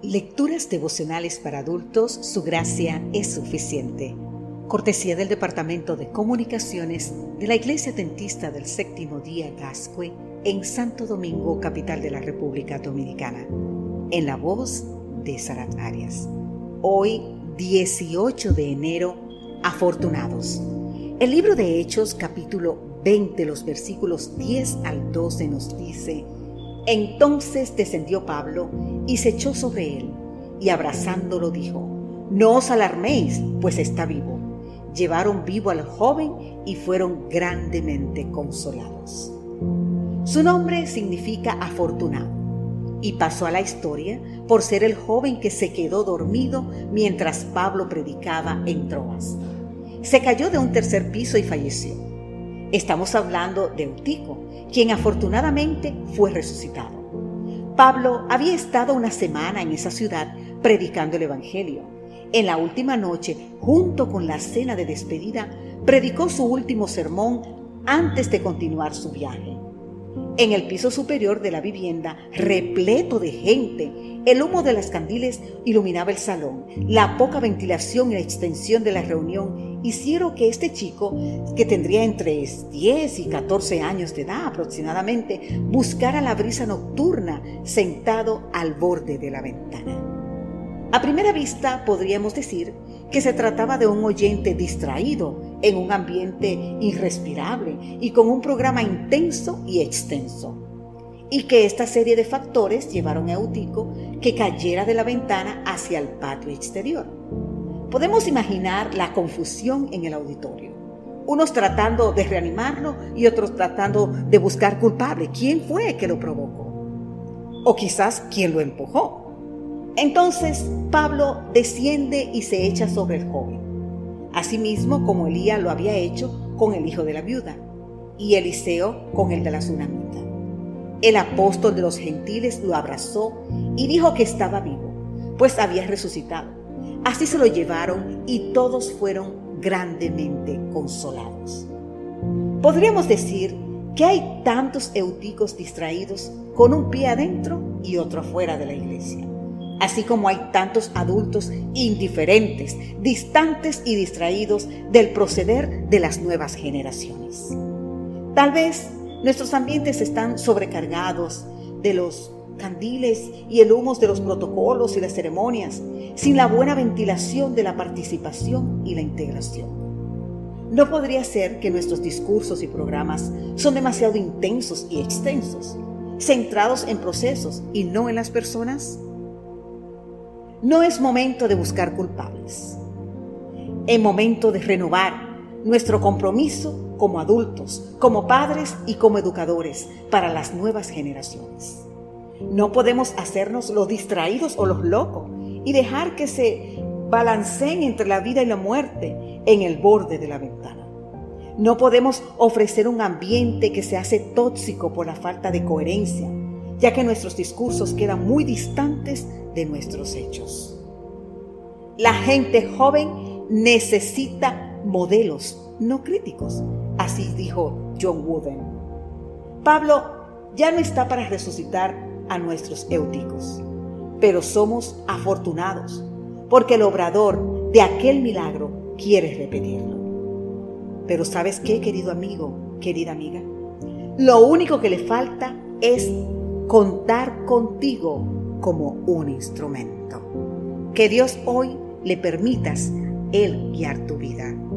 Lecturas devocionales para adultos, su gracia es suficiente. Cortesía del Departamento de Comunicaciones de la Iglesia Adventista del Séptimo Día Gascue en Santo Domingo, capital de la República Dominicana. En la voz de Sarat Arias. Hoy, 18 de enero, afortunados. El libro de Hechos, capítulo 20, los versículos 10 al 12 nos dice: Entonces descendió Pablo y se echó sobre él, y abrazándolo dijo: No os alarméis, pues está vivo. Llevaron vivo al joven y fueron grandemente consolados. Su nombre significa afortunado, y pasó a la historia por ser el joven que se quedó dormido mientras Pablo predicaba en Troas. Se cayó de un tercer piso y falleció. Estamos hablando de Eutico, quien afortunadamente fue resucitado. Pablo había estado una semana en esa ciudad predicando el Evangelio. En la última noche, junto con la cena de despedida, predicó su último sermón antes de continuar su viaje. En el piso superior de la vivienda, repleto de gente, el humo de las candiles iluminaba el salón. La poca ventilación y la extensión de la reunión hicieron que este chico, que tendría entre 10 y 14 años de edad aproximadamente, buscara la brisa nocturna sentado al borde de la ventana. A primera vista podríamos decir que se trataba de un oyente distraído en un ambiente irrespirable y con un programa intenso y extenso, y que esta serie de factores llevaron a Eutico que cayera de la ventana hacia el patio exterior. Podemos imaginar la confusión en el auditorio, unos tratando de reanimarlo y otros tratando de buscar culpable. ¿Quién fue que lo provocó? O quizás quién lo empujó. Entonces Pablo desciende y se echa sobre el joven, asimismo como Elías lo había hecho con el hijo de la viuda y Eliseo con el de la tsunamita. El apóstol de los gentiles lo abrazó y dijo que estaba vivo, pues había resucitado. Así se lo llevaron y todos fueron grandemente consolados. Podríamos decir que hay tantos euticos distraídos con un pie adentro y otro afuera de la iglesia, así como hay tantos adultos indiferentes, distantes y distraídos del proceder de las nuevas generaciones. Tal vez nuestros ambientes están sobrecargados de los candiles y el humo de los protocolos y las ceremonias, sin la buena ventilación de la participación y la integración. ¿No podría ser que nuestros discursos y programas son demasiado intensos y extensos, centrados en procesos y no en las personas? No es momento de buscar culpables. Es momento de renovar nuestro compromiso como adultos, como padres y como educadores para las nuevas generaciones. No podemos hacernos los distraídos o los locos y dejar que se balanceen entre la vida y la muerte en el borde de la ventana. No podemos ofrecer un ambiente que se hace tóxico por la falta de coherencia, ya que nuestros discursos quedan muy distantes de nuestros hechos. La gente joven necesita modelos, no críticos, así dijo John Wooden. Pablo ya no está para resucitar a nuestros euticos, pero somos afortunados porque el obrador de aquel milagro quiere repetirlo. Pero ¿sabes qué, querido amigo, querida amiga? Lo único que le falta es contar contigo como un instrumento. Que Dios hoy le permitas Él guiar tu vida.